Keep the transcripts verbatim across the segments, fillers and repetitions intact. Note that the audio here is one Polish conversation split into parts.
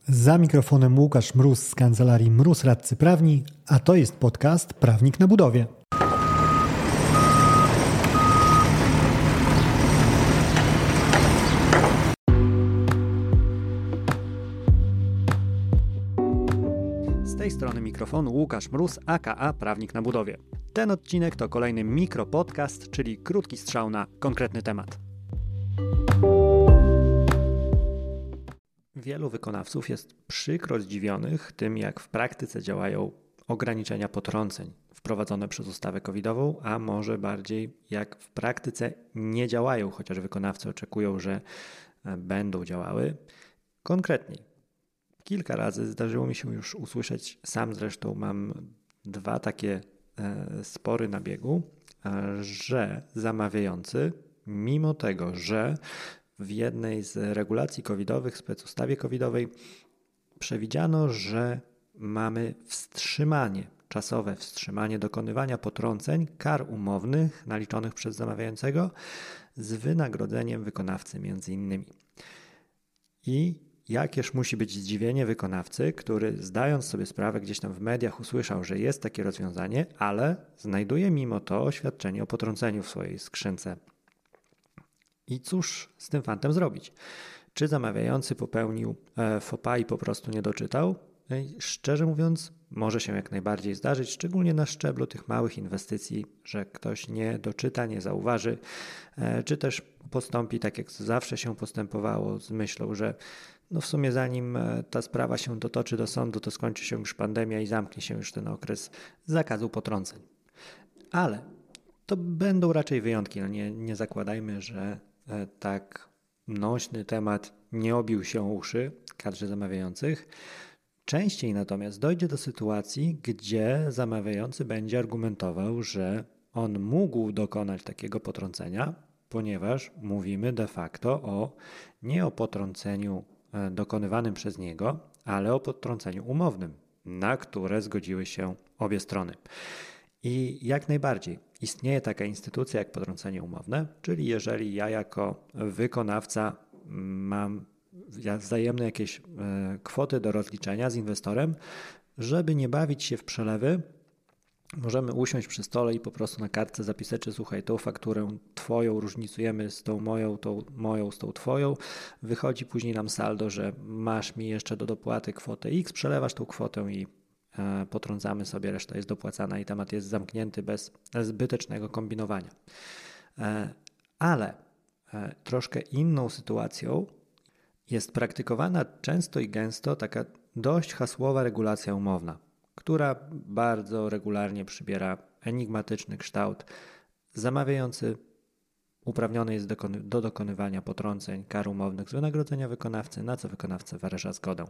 Za mikrofonem Łukasz Mróz z kancelarii Mróz Radcy Prawni, a to jest podcast Prawnik na budowie. Z tej strony mikrofonu Łukasz Mróz, aka Prawnik na budowie. Ten odcinek to kolejny mikropodcast, czyli krótki strzał na konkretny temat. Wielu wykonawców jest przykro zdziwionych tym, jak w praktyce działają ograniczenia potrąceń wprowadzone przez ustawę covidową, a może bardziej jak w praktyce nie działają, chociaż wykonawcy oczekują, że będą działały. Konkretniej, kilka razy zdarzyło mi się już usłyszeć, sam zresztą mam dwa takie spory na biegu, że zamawiający, mimo tego, że w jednej z regulacji covidowych, specustawie covidowej przewidziano, że mamy wstrzymanie, czasowe wstrzymanie dokonywania potrąceń kar umownych naliczonych przez zamawiającego z wynagrodzeniem wykonawcy między innymi. I jakież musi być zdziwienie wykonawcy, który zdając sobie sprawę gdzieś tam w mediach usłyszał, że jest takie rozwiązanie, ale znajduje mimo to oświadczenie o potrąceniu w swojej skrzynce. I cóż z tym fantem zrobić? Czy zamawiający popełnił faux pas i po prostu nie doczytał? Szczerze mówiąc, może się jak najbardziej zdarzyć, szczególnie na szczeblu tych małych inwestycji, że ktoś nie doczyta, nie zauważy, czy też postąpi tak, jak zawsze się postępowało, z myślą, że no w sumie zanim ta sprawa się dotoczy do sądu, to skończy się już pandemia i zamknie się już ten okres zakazu potrąceń. Ale to będą raczej wyjątki. No nie, nie zakładajmy, że tak nośny temat nie obił się o uszy kadrze zamawiających. Częściej natomiast dojdzie do sytuacji, gdzie zamawiający będzie argumentował, że on mógł dokonać takiego potrącenia, ponieważ mówimy de facto o nie o potrąceniu dokonywanym przez niego, ale o potrąceniu umownym, na które zgodziły się obie strony. I jak najbardziej istnieje taka instytucja jak potrącenie umowne, czyli jeżeli ja jako wykonawca mam wzajemne jakieś kwoty do rozliczenia z inwestorem, żeby nie bawić się w przelewy, możemy usiąść przy stole i po prostu na kartce zapisać, że słuchaj, tą fakturę twoją różnicujemy z tą moją, tą moją z tą twoją. Wychodzi później nam saldo, że masz mi jeszcze do dopłaty kwotę X, przelewasz tą kwotę i potrącamy sobie, reszta jest dopłacana i temat jest zamknięty bez zbytecznego kombinowania. Ale troszkę inną sytuacją jest praktykowana często i gęsto taka dość hasłowa regulacja umowna, która bardzo regularnie przybiera enigmatyczny kształt. Zamawiający uprawniony jest do dokonywania potrąceń kar umownych z wynagrodzenia wykonawcy, na co wykonawca wyraża zgodę.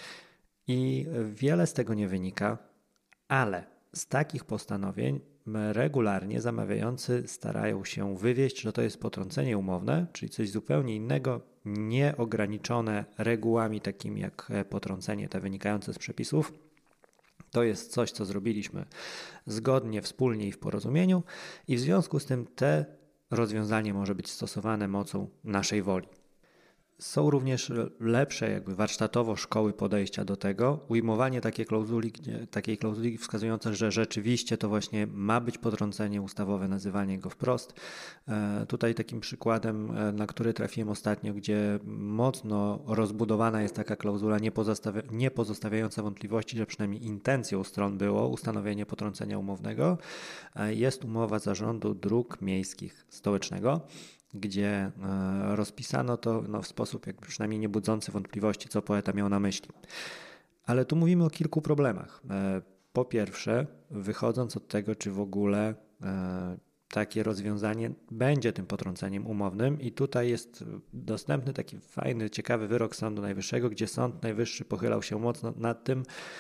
I wiele z tego nie wynika, ale z takich postanowień regularnie zamawiający starają się wywieść, że to jest potrącenie umowne, czyli coś zupełnie innego, nieograniczone regułami takimi jak potrącenie te wynikające z przepisów. To jest coś, co zrobiliśmy zgodnie, wspólnie i w porozumieniu i w związku z tym te rozwiązanie może być stosowane mocą naszej woli. Są również lepsze jakby warsztatowo szkoły podejścia do tego. Ujmowanie takiej klauzuli, takiej klauzuli wskazujące, że rzeczywiście to właśnie ma być potrącenie ustawowe, nazywanie go wprost. Tutaj takim przykładem, na który trafiłem ostatnio, gdzie mocno rozbudowana jest taka klauzula nie, pozostawia, nie pozostawiająca wątpliwości, że przynajmniej intencją stron było ustanowienie potrącenia umownego, jest umowa Zarządu Dróg Miejskich Stołecznego, gdzie rozpisano to no, w sposób jakby przynajmniej nie budzący wątpliwości, co poeta miał na myśli. Ale tu mówimy o kilku problemach. Po pierwsze, wychodząc od tego, czy w ogóle takie rozwiązanie będzie tym potrąceniem umownym i tutaj jest dostępny taki fajny, ciekawy wyrok Sądu Najwyższego, gdzie Sąd Najwyższy pochylał się mocno nad tym,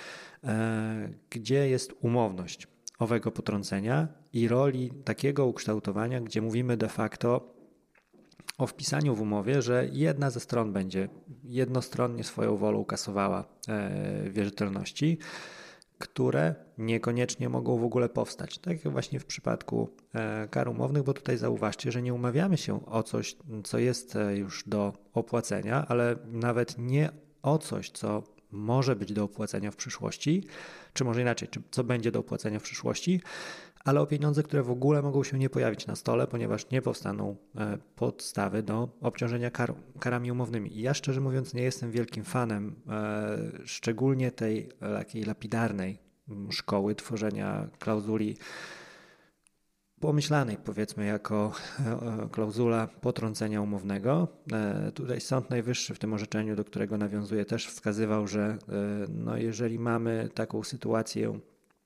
gdzie jest umowność owego potrącenia i roli takiego ukształtowania, gdzie mówimy de facto o wpisaniu w umowie, że jedna ze stron będzie jednostronnie swoją wolą kasowała wierzytelności, które niekoniecznie mogą w ogóle powstać. Tak jak właśnie w przypadku kar umownych, bo tutaj zauważcie, że nie umawiamy się o coś, co jest już do opłacenia, ale nawet nie o coś, co może być do opłacenia w przyszłości, czy może inaczej, czy co będzie do opłacenia w przyszłości, ale o pieniądze, które w ogóle mogą się nie pojawić na stole, ponieważ nie powstaną podstawy do obciążenia kar, karami umownymi. I ja szczerze mówiąc nie jestem wielkim fanem szczególnie tej takiej lapidarnej szkoły tworzenia klauzuli pomyślanej, powiedzmy, jako klauzula potrącenia umownego. Tutaj Sąd Najwyższy w tym orzeczeniu, do którego nawiązuję, też wskazywał, że no jeżeli mamy taką sytuację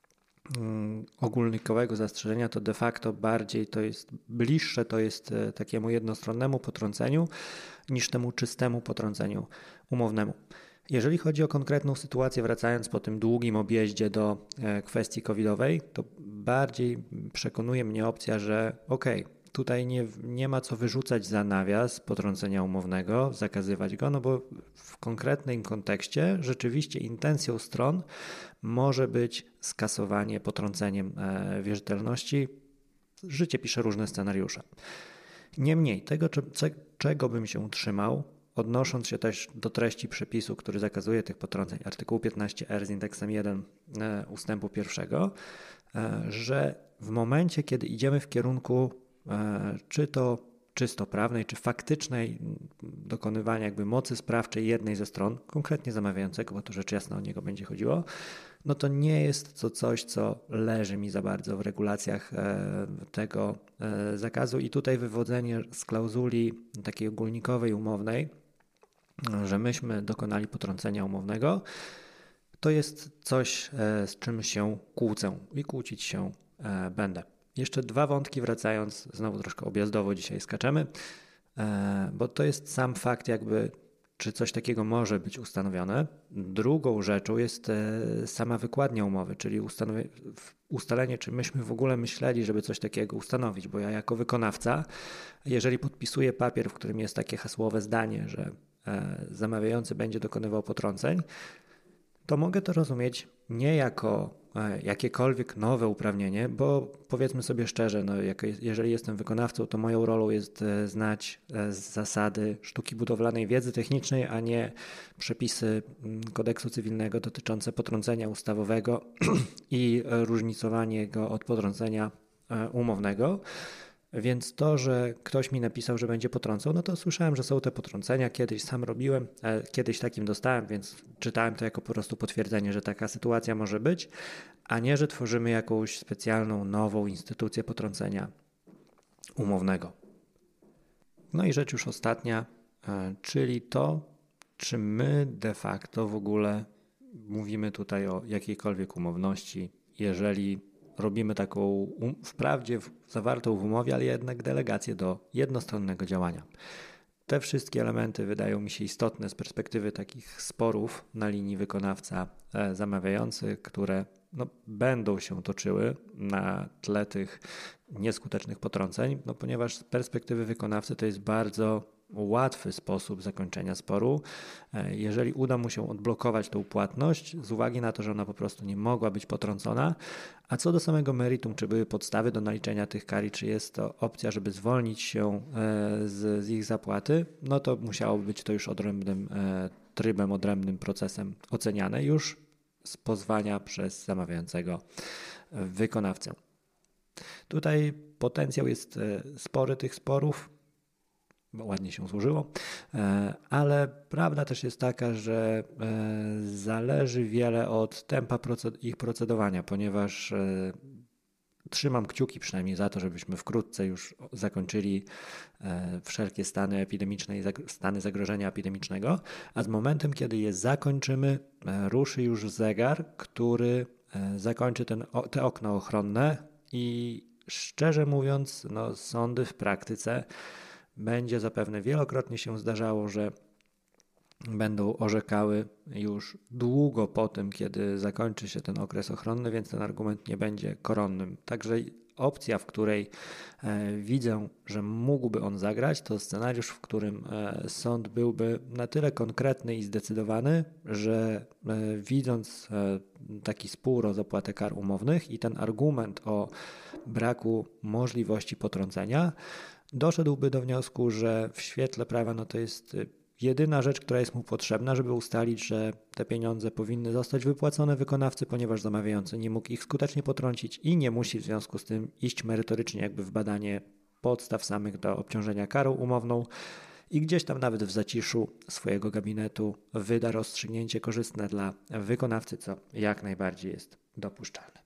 ogólnikowego zastrzeżenia, to de facto bardziej to jest bliższe to jest takiemu jednostronnemu potrąceniu niż temu czystemu potrąceniu umownemu. Jeżeli chodzi o konkretną sytuację, wracając po tym długim objeździe do kwestii covidowej, to bardziej przekonuje mnie opcja, że okej, okay, tutaj nie, nie ma co wyrzucać za nawias potrącenia umownego, zakazywać go, no bo w konkretnym kontekście rzeczywiście intencją stron może być skasowanie potrąceniem wierzytelności. Życie pisze różne scenariusze. Niemniej, tego czego bym się utrzymał, odnosząc się też do treści przepisu, który zakazuje tych potrąceń, artykułu piętnaście R z indeksem jeden ustępu pierwszego, że w momencie, kiedy idziemy w kierunku czy to czysto prawnej, czy faktycznej dokonywania jakby mocy sprawczej jednej ze stron, konkretnie zamawiającego, bo tu rzecz jasna o niego będzie chodziło, no to nie jest to coś, co leży mi za bardzo w regulacjach tego zakazu i tutaj wywodzenie z klauzuli takiej ogólnikowej, umownej, że myśmy dokonali potrącenia umownego, to jest coś, z czym się kłócę i kłócić się będę. Jeszcze dwa wątki, wracając, znowu troszkę objazdowo dzisiaj skaczemy, bo to jest sam fakt jakby, czy coś takiego może być ustanowione. Drugą rzeczą jest sama wykładnia umowy, czyli ustalenie, czy myśmy w ogóle myśleli, żeby coś takiego ustanowić, bo ja jako wykonawca, jeżeli podpisuję papier, w którym jest takie hasłowe zdanie, że zamawiający będzie dokonywał potrąceń, to mogę to rozumieć nie jako jakiekolwiek nowe uprawnienie, bo powiedzmy sobie szczerze, no jeżeli jestem wykonawcą, to moją rolą jest znać zasady sztuki budowlanej, wiedzy technicznej, a nie przepisy kodeksu cywilnego dotyczące potrącenia ustawowego i różnicowanie go od potrącenia umownego. Więc to, że ktoś mi napisał, że będzie potrącał, no to słyszałem, że są te potrącenia, kiedyś sam robiłem, kiedyś takim dostałem, więc czytałem to jako po prostu potwierdzenie, że taka sytuacja może być, a nie, że tworzymy jakąś specjalną, nową instytucję potrącenia umownego. No i rzecz już ostatnia, czyli to, czy my de facto w ogóle mówimy tutaj o jakiejkolwiek umowności, jeżeli robimy taką um, wprawdzie zawartą w umowie, ale jednak delegację do jednostronnego działania. Te wszystkie elementy wydają mi się istotne z perspektywy takich sporów na linii wykonawca-zamawiający, które no, będą się toczyły na tle tych nieskutecznych potrąceń, no, ponieważ z perspektywy wykonawcy to jest bardzo łatwy sposób zakończenia sporu, jeżeli uda mu się odblokować tą płatność z uwagi na to, że ona po prostu nie mogła być potrącona, a co do samego meritum, czy były podstawy do naliczenia tych kar i czy jest to opcja, żeby zwolnić się z, z ich zapłaty, no to musiało być to już odrębnym trybem, odrębnym procesem oceniane już z pozwania przez zamawiającego wykonawcę. Tutaj potencjał jest spory tych sporów, bo ładnie się służyło, ale prawda też jest taka, że zależy wiele od tempa ich procedowania, ponieważ trzymam kciuki przynajmniej za to, żebyśmy wkrótce już zakończyli wszelkie stany epidemiczne i stany zagrożenia epidemicznego, a z momentem, kiedy je zakończymy, ruszy już zegar, który zakończy ten, te okno ochronne i szczerze mówiąc, no, sądy w praktyce będzie zapewne wielokrotnie się zdarzało, że będą orzekały już długo po tym, kiedy zakończy się ten okres ochronny, więc ten argument nie będzie koronnym. Także opcja, w której widzę, że mógłby on zagrać, to scenariusz, w którym sąd byłby na tyle konkretny i zdecydowany, że widząc taki spór o zapłatę kar umownych i ten argument o braku możliwości potrącenia, doszedłby do wniosku, że w świetle prawa no to jest jedyna rzecz, która jest mu potrzebna, żeby ustalić, że te pieniądze powinny zostać wypłacone wykonawcy, ponieważ zamawiający nie mógł ich skutecznie potrącić i nie musi w związku z tym iść merytorycznie jakby w badanie podstaw samych do obciążenia karą umowną i gdzieś tam nawet w zaciszu swojego gabinetu wyda rozstrzygnięcie korzystne dla wykonawcy, co jak najbardziej jest dopuszczalne.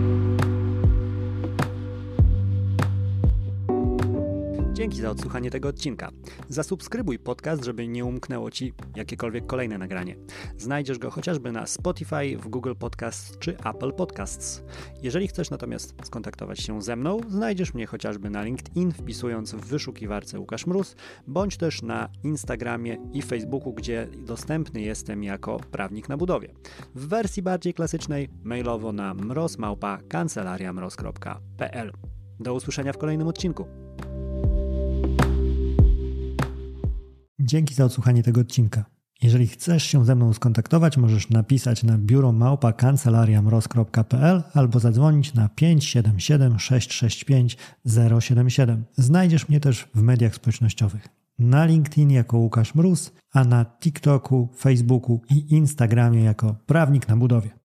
Dzięki za odsłuchanie tego odcinka. Zasubskrybuj podcast, żeby nie umknęło Ci jakiekolwiek kolejne nagranie. Znajdziesz go chociażby na Spotify, w Google Podcasts czy Apple Podcasts. Jeżeli chcesz natomiast skontaktować się ze mną, znajdziesz mnie chociażby na LinkedIn, wpisując w wyszukiwarce Łukasz Mróz, bądź też na Instagramie i Facebooku, gdzie dostępny jestem jako prawnik na budowie. W wersji bardziej klasycznej mailowo na mroz małpa kancelaria mroz kropka p l. Do usłyszenia w kolejnym odcinku. Dzięki za odsłuchanie tego odcinka. Jeżeli chcesz się ze mną skontaktować, możesz napisać na biuro małpa kancelaria mroz kropka p l albo zadzwonić na pięć siedem siedem sześć sześć pięć zero siedem siedem. Znajdziesz mnie też w mediach społecznościowych. Na LinkedIn jako Łukasz Mróz, a na TikToku, Facebooku i Instagramie jako prawnik na budowie.